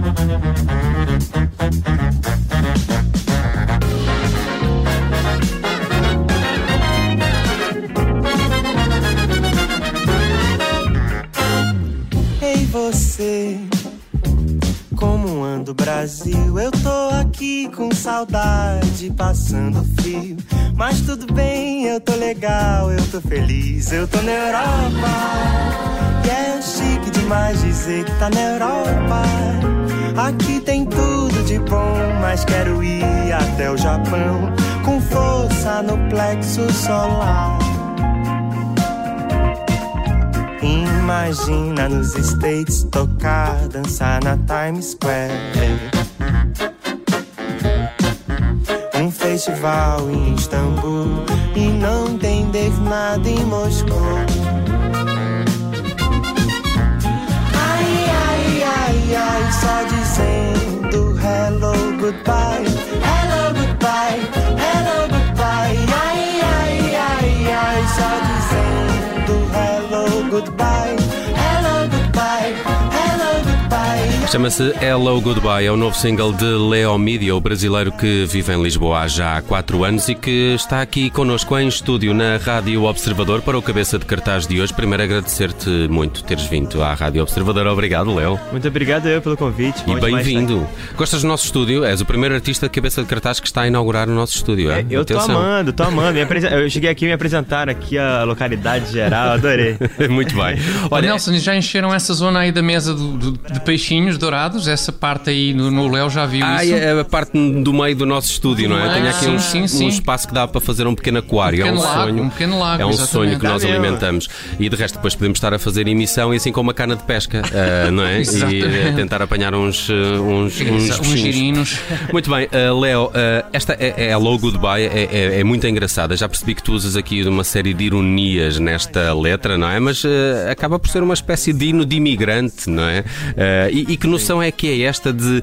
Ei, você, como anda o Brasil? Eu tô aqui com saudade, passando frio. Mas tudo bem, eu tô legal, eu tô feliz. Eu tô na Europa, e é chique demais dizer que tá na Europa. Aqui tem tudo de bom, mas quero ir até o Japão, com força no plexo solar. Imagina nos States tocar, dançar na Times Square. Um festival em Istambul e não entender nada em Moscou. Ai, ai, ai, ai, só dizendo hello, goodbye. Hello, goodbye, hello, goodbye. Ai, ai, ai, ai, só dizendo hello, goodbye. Hello, goodbye, hello, goodbye. Chama-se Hello Goodbye, é o novo single de Leo Mídia, o brasileiro que vive em Lisboa já há 4 anos e que está aqui connosco em estúdio na Rádio Observador para o Cabeça de Cartaz de hoje. Primeiro agradecer-te muito teres vindo à Rádio Observador. Obrigado, Leo. Muito obrigado eu pelo convite. E bem-vindo. Gostas do nosso estúdio? És o primeiro artista de Cabeça de Cartaz que está a inaugurar o nosso estúdio, é? Eu tô amando. Eu cheguei aqui e me apresentaram aqui a localidade geral, adorei. Muito bem. Olha, Nelson, já encheram essa zona aí da mesa de peixinhos dourados? Essa parte aí no Léo já viu isso? É a parte do meio do nosso estúdio, não é? Tem aqui um espaço que dá para fazer um pequeno aquário. Um pequeno lago. É um sonho que nós alimentamos. E de resto depois podemos estar a fazer emissão e assim com uma cana de pesca, não é? E tentar apanhar uns girinos. Muito bem, Léo, esta é a Hello Goodbye, é muito engraçada. Já percebi que tu usas aqui uma série de ironias nesta letra, não é? Mas acaba por ser uma espécie de hino de imigrante, não é? E que noção é que é esta de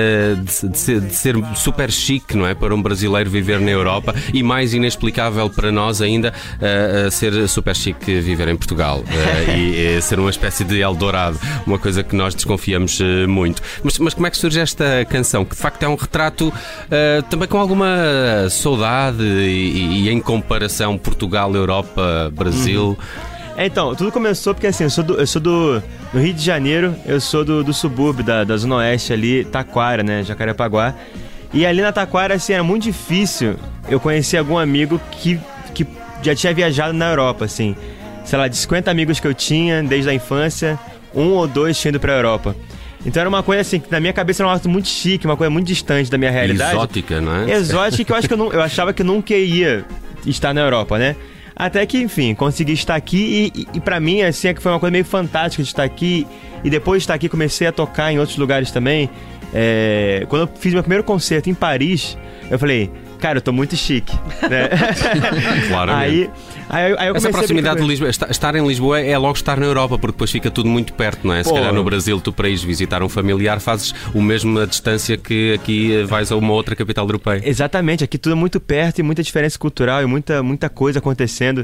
ser super chique, não é? Para um brasileiro viver na Europa e mais inexplicável para nós ainda ser super chique viver em Portugal e ser uma espécie de Eldorado, uma coisa que nós desconfiamos muito. Mas como é que surge esta canção? Que de facto é um retrato também com alguma saudade e em comparação Portugal, Europa, Brasil. Então, tudo começou porque assim, eu sou do Rio de Janeiro, eu sou do subúrbio da Zona Oeste ali, Taquara, né, Jacarepaguá. E ali na Taquara, assim, era muito difícil eu conhecer algum amigo que já tinha viajado na Europa, assim. Sei lá, de 50 amigos que eu tinha desde a infância, 1 ou 2 tinham ido pra Europa. Então era uma coisa assim, que na minha cabeça era uma coisa muito chique, uma coisa muito distante da minha realidade. Exótica, não é? Exótica, que eu acho que eu achava que eu nunca ia estar na Europa, né? Até que, enfim, consegui estar aqui e pra mim, assim, é que foi uma coisa meio fantástica de estar aqui. E depois de estar aqui, comecei a tocar em outros lugares também. Quando eu fiz meu primeiro concerto em Paris, eu falei, cara, eu tô muito chique, né? Claro. Aí eu comecei essa proximidade de Lisboa, estar em Lisboa é logo estar na Europa, porque depois fica tudo muito perto, não é? Se calhar no Brasil, tu para ires visitar um familiar fazes o mesmo a distância que aqui vais a uma outra capital europeia. Exatamente, aqui tudo é muito perto e muita diferença cultural e muita coisa acontecendo.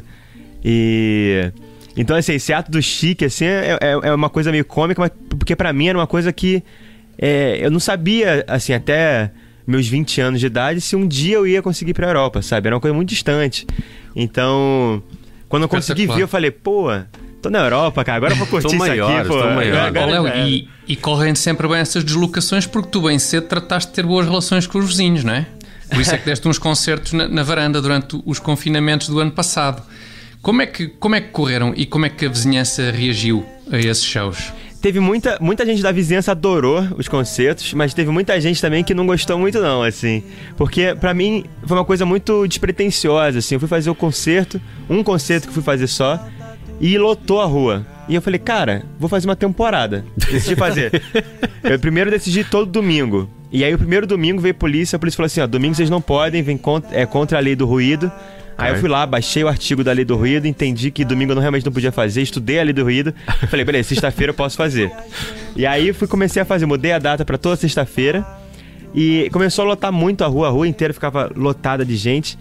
Então, assim, esse ato do chique, assim, é uma coisa meio cômica, mas porque pra mim era uma coisa que eu não sabia, assim, até meus 20 anos de idade, se um dia eu ia conseguir ir pra Europa, sabe? Era uma coisa muito distante. Então, quando eu consegui vir, eu falei, pô, tô na Europa, cara, agora eu vou curtir isso aqui, pô. Léo, e correm sempre bem essas deslocações porque tu bem cedo trataste de ter boas relações com os vizinhos, não é? Por isso é que deste uns concertos na varanda durante os confinamentos do ano passado. Como é que correram e como é que a vizinhança reagiu a esses shows? Teve muita gente da vizinhança adorou os concertos, mas teve muita gente também que não gostou muito não, assim. Porque pra mim foi uma coisa muito despretensiosa, assim. Eu fui fazer um concerto que eu fui fazer só, e lotou a rua. E eu falei, cara, vou fazer uma temporada. Decidi fazer. Eu primeiro decidi todo domingo. E aí o primeiro domingo veio a polícia falou assim, ó, domingo vocês não podem, vem contra a lei do ruído. Aí eu fui lá, baixei o artigo da Lei do Ruído, entendi que domingo eu realmente não podia fazer, estudei a Lei do Ruído, falei, beleza, sexta-feira eu posso fazer. E aí comecei a fazer, mudei a data pra toda sexta-feira e começou a lotar muito a rua inteira ficava lotada de gente.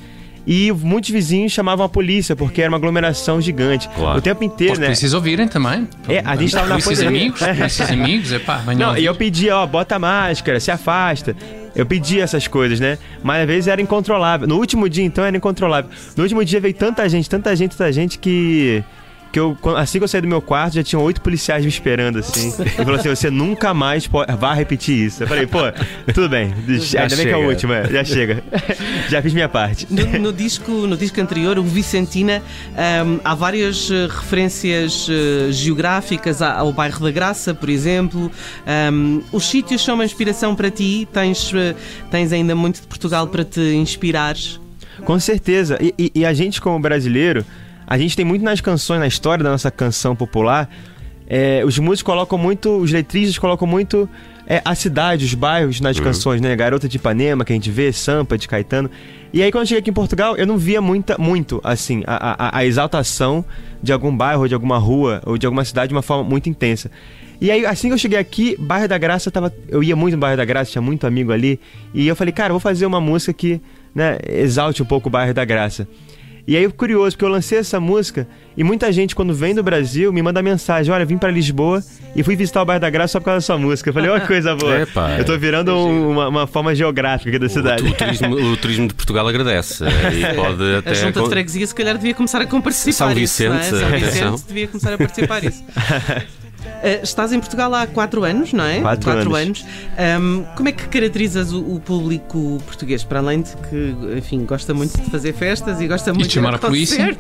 E muitos vizinhos chamavam a polícia, porque era uma aglomeração gigante. Claro. O tempo inteiro, Os né? polícias ouvirem também. A gente tava na pandemia. Polícias amigos, Não, e eu pedia, bota máscara, se afasta. Eu pedia essas coisas, né? Mas às vezes era incontrolável. No último dia, então, era incontrolável. No último dia veio tanta gente que assim que eu saí do meu quarto, já tinham 8 policiais me esperando, assim. E falou assim, você nunca mais vá repetir isso. Eu falei, pô, tudo bem. Ainda bem que é o último, já chega. Já fiz minha parte. No disco anterior, o Vicentina, há várias referências geográficas ao bairro da Graça, por exemplo. Os sítios são uma inspiração para ti? Tens ainda muito de Portugal para te inspirares? Com certeza. E a gente, como brasileiro, a gente tem muito nas canções, na história da nossa canção popular, os músicos colocam muito, os letristas colocam muito a cidade, os bairros nas canções, né? Garota de Ipanema, que a gente vê, Sampa, de Caetano. E aí, quando eu cheguei aqui em Portugal, eu não via muito, assim, a exaltação de algum bairro, ou de alguma rua, ou de alguma cidade de uma forma muito intensa. E aí, assim que eu cheguei aqui, Bairro da Graça, eu ia muito no Bairro da Graça, tinha muito amigo ali. E eu falei, cara, eu vou fazer uma música que, né, exalte um pouco o Bairro da Graça. E aí, curioso, porque eu lancei essa música e muita gente, quando vem do Brasil, me manda mensagem: olha, vim pra Lisboa e fui visitar o Bairro da Graça só por causa da sua música. Eu falei, olha que coisa boa. Eu tô virando uma forma geográfica aqui da cidade. O turismo de Portugal agradece. E pode até a junta de freguesia, se calhar, devia começar a participar. São Vicente, isso, não é? São Vicente devia começar a participar disso. Estás em Portugal há 4 anos, não é? 4 anos. Como é que caracterizas o público português? Para além de que, enfim, gosta muito de fazer festas e gosta muito de chamar a polícia.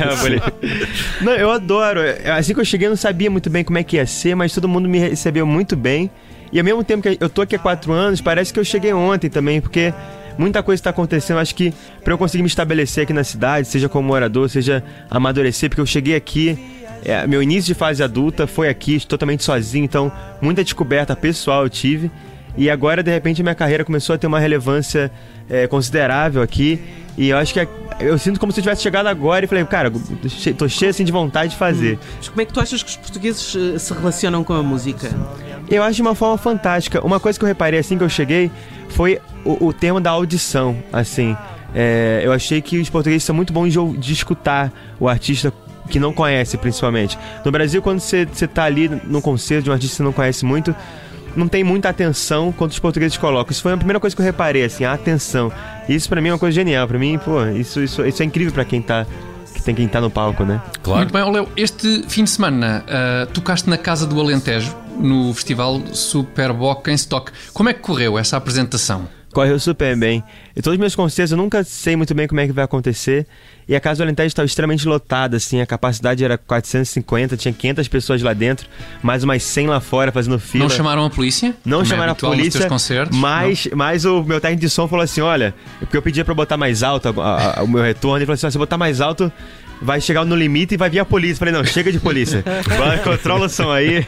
Não, eu adoro. Assim que eu cheguei, eu não sabia muito bem como é que ia ser, mas todo mundo me recebeu muito bem. E ao mesmo tempo que eu tô aqui há 4 anos, parece que eu cheguei ontem também, porque muita coisa está acontecendo. Acho que para eu conseguir me estabelecer aqui na cidade, seja como morador, seja amadurecer, porque eu cheguei aqui, meu início de fase adulta foi aqui, totalmente sozinho, então muita descoberta pessoal eu tive. E agora, de repente, minha carreira começou a ter uma relevância considerável aqui. E eu acho que eu sinto como se eu tivesse chegado agora e falei, cara, tô cheio assim de vontade de fazer. Mas como é que tu achas que os portugueses se relacionam com a música? Eu acho de uma forma fantástica. Uma coisa que eu reparei assim que eu cheguei foi o tema da audição, assim. Eu achei que os portugueses são muito bons de escutar o artista que não conhece, principalmente. No Brasil, quando você tá ali num concerto de um artista que você não conhece muito, não tem muita atenção quanto os portugueses colocam. Isso foi a primeira coisa que eu reparei, assim, a atenção. E isso pra mim é uma coisa genial. Pra mim, pô, isso é incrível pra quem tá no palco, né? Claro. Muito bem, Léo, este fim de semana tocaste na Casa do Alentejo, no festival Superboc em Stock. Como é que correu essa apresentação? Correu super bem. E todos os meus concertos eu nunca sei muito bem como é que vai acontecer. E a Casa do Alentejo estava extremamente lotada, assim. A capacidade era 450, tinha 500 pessoas lá dentro, mais umas 100 lá fora fazendo fila. Não chamaram a polícia? Não chamaram a polícia, mas o meu técnico de som falou assim, olha, porque eu pedia pra botar mais alto o meu retorno, ele falou assim, se eu botar mais alto, vai chegar no limite e vai vir a polícia. Eu falei, não, chega de polícia. Controla o som aí,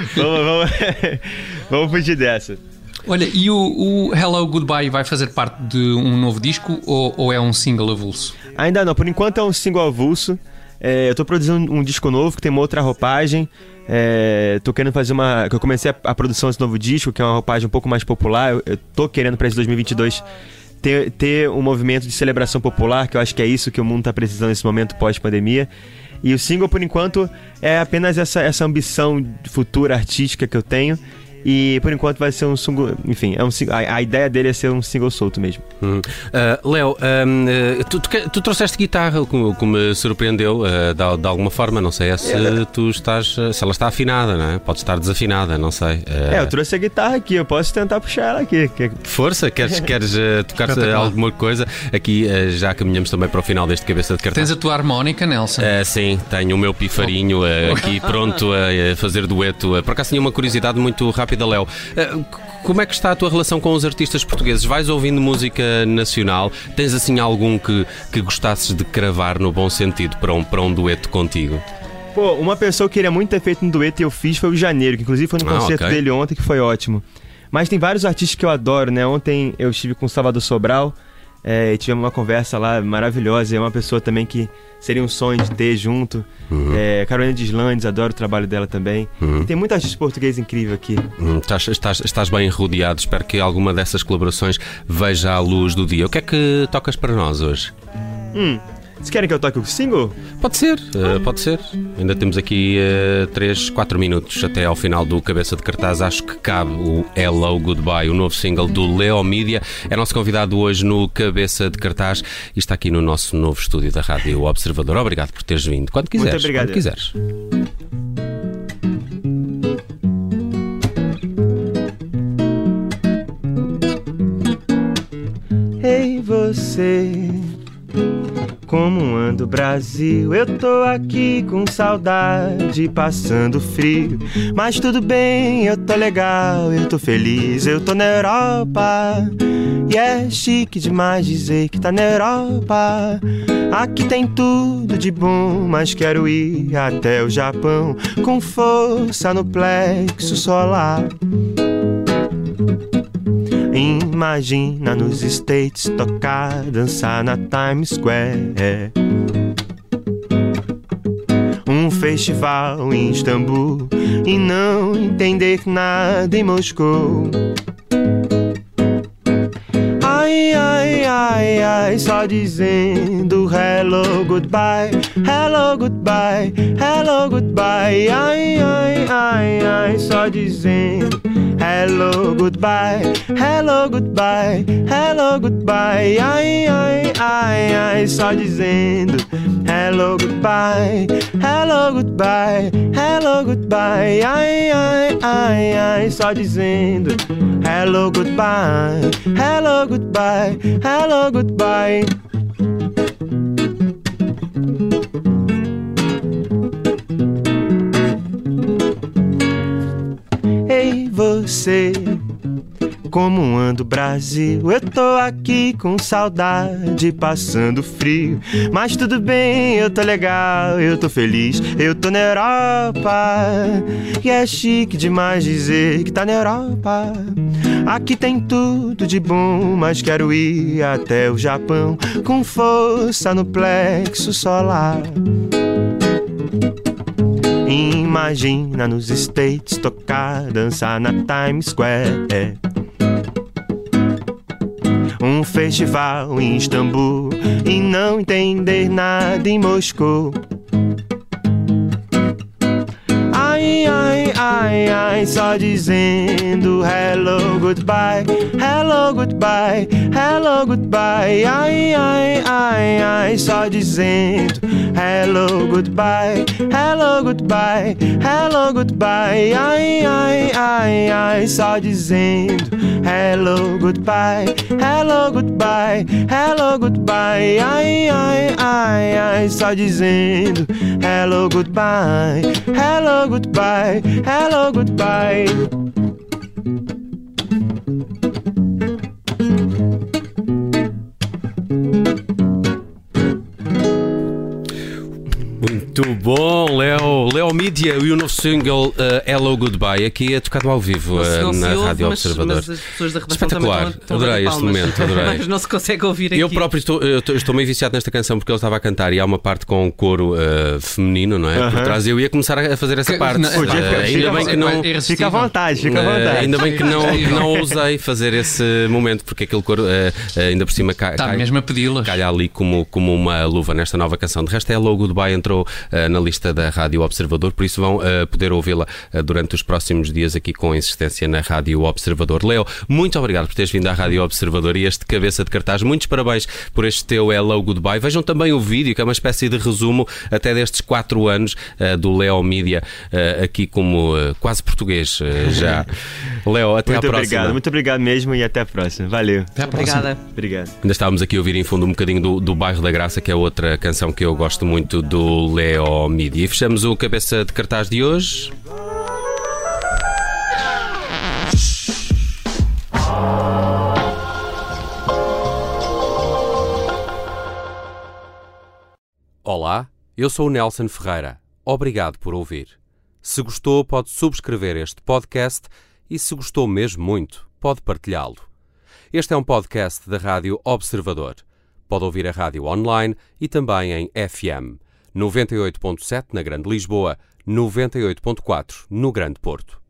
vamos fugir dessa. Olha, e o Hello Goodbye vai fazer parte de um novo disco ou é um single avulso? Ainda não, por enquanto é um single avulso. Eu tô produzindo um disco novo que tem uma outra roupagem. Tô querendo fazer eu comecei a produção desse novo disco, que é uma roupagem um pouco mais popular. Eu tô querendo para esse 2022 ter um movimento de celebração popular, que eu acho que é isso que o mundo tá precisando nesse momento pós-pandemia. E o single, por enquanto, é apenas essa ambição futura artística que eu tenho. E por enquanto vai ser um single. Enfim, a ideia dele é ser um single solto mesmo. Léo, tu trouxeste guitarra, o que me surpreendeu de alguma forma. Não sei se ela está afinada, não é? Pode estar desafinada, não sei. Eu trouxe a guitarra aqui, eu posso tentar puxar ela aqui. Força, queres tocar alguma coisa? Aqui já caminhamos também para o final deste Cabeça de Cartaz. Tens a tua harmónica, Nelson? Sim, tenho o meu pifarinho aqui pronto a fazer dueto. Por acaso tinha uma curiosidade muito rápida, Léo. Como é que está a tua relação com os artistas portugueses? Vais ouvindo música nacional? Tens assim algum que gostasses de cravar no bom sentido para um dueto contigo? Pô, uma pessoa que queria muito ter feito um dueto e eu fiz foi o Janeiro, que inclusive foi no concerto dele ontem, que foi ótimo. Mas tem vários artistas que eu adoro, né? Ontem eu estive com o Salvador Sobral e tivemos uma conversa lá maravilhosa. É uma pessoa também que seria um sonho de ter junto. Carolina Deslandes, adoro o trabalho dela também. E tem muita artista português incrível aqui. Estás bem rodeado. Espero que alguma dessas colaborações veja a luz do dia. O que é que tocas para nós hoje? Vocês querem que eu toque o single? Pode ser, pode ser. Ainda temos aqui 3, 4 minutos até ao final do Cabeça de Cartaz. Acho que cabe o Hello Goodbye, o novo single do Leo Mídia. É nosso convidado hoje no Cabeça de Cartaz e está aqui no nosso novo estúdio da Rádio Observador. Obrigado por teres vindo. Quando quiseres. Muito obrigado. Quando quiseres. Ei, você, como anda o Brasil? Eu tô aqui com saudade, passando frio. Mas tudo bem, eu tô legal, eu tô feliz, eu tô na Europa. E é chique demais dizer que tá na Europa. Aqui tem tudo de bom, mas quero ir até o Japão, com força no plexo solar. Imagina nos States tocar, dançar na Times Square. Um festival em Istambul e não entender nada em Moscou. Ai, ai, ai, ai, só dizendo hello, goodbye, hello, goodbye, hello, goodbye. Ai, ai, ai, ai, só dizendo hello, goodbye, hello, goodbye, hello, goodbye. Ai, ai, ai, ai, só dizendo hello, goodbye, hello, goodbye, hello, goodbye. Ai, ai, ai, ai, só dizendo hello, goodbye, hello, goodbye, hello, goodbye. Ei, você, como anda o Brasil? Eu tô aqui com saudade, passando frio. Mas tudo bem, eu tô legal, eu tô feliz, eu tô na Europa. E é chique demais dizer que tá na Europa. Aqui tem tudo de bom, mas quero ir até o Japão, com força no plexo solar. Imagina nos States tocar, dançar na Times Square. Um festival em Istambul e não entender nada em Moscou. Ai, ai, ai, ai, só dizendo hello, goodbye, hello, goodbye, hello, goodbye. Ai, ai, ai, ai, só dizendo hello, goodbye, hello, goodbye, hello, goodbye. Ai, ai, ai, ai, só dizendo hello, goodbye, hello, goodbye, hello, goodbye. Ai, ai, ai, ai, só dizendo hello, goodbye, hello, goodbye, hello, goodbye. Muito bom, Leo Mídia e o novo single Hello Goodbye, aqui é tocado ao vivo na Rádio Observador. Mas as pessoas da redação espetacular, estão adorei este momento, adorei. Mas não se consegue ouvir aqui. Eu próprio estou meio viciado nesta canção porque ele estava a cantar e há uma parte com um coro feminino, não é? Por trás eu ia começar a fazer essa parte. Ainda bem que não. Fica à vontade, fica à vontade. Ainda bem que não ousei fazer esse momento porque aquele coro ainda por cima está mesmo a pedi-las. Calha ali como uma luva nesta nova canção. De resto, Hello Goodbye entrou na lista da Rádio Observador, por isso vão poder ouvi-la durante os próximos dias aqui com insistência na Rádio Observador. Leo, muito obrigado por teres vindo à Rádio Observador e este Cabeça de Cartaz. Muitos parabéns por este teu Hello Goodbye. Vejam também o vídeo, que é uma espécie de resumo até destes 4 anos do Leo Mídia, aqui como quase português já. Leo, até muito à próxima. Muito obrigado mesmo e até a próxima. Valeu. Até à próxima. Obrigada. Obrigado. Ainda estávamos aqui a ouvir em fundo um bocadinho do Bairro da Graça, que é outra canção que eu gosto muito do Leo Mídia. E fechamos o Cabeça de Cartaz de hoje. Olá, eu sou o Nelson Ferreira. Obrigado por ouvir. Se gostou, pode subscrever este podcast e, se gostou mesmo muito, pode partilhá-lo. Este é um podcast da Rádio Observador. Pode ouvir a rádio online e também em FM. 98.7 na Grande Lisboa, 98.4 no Grande Porto.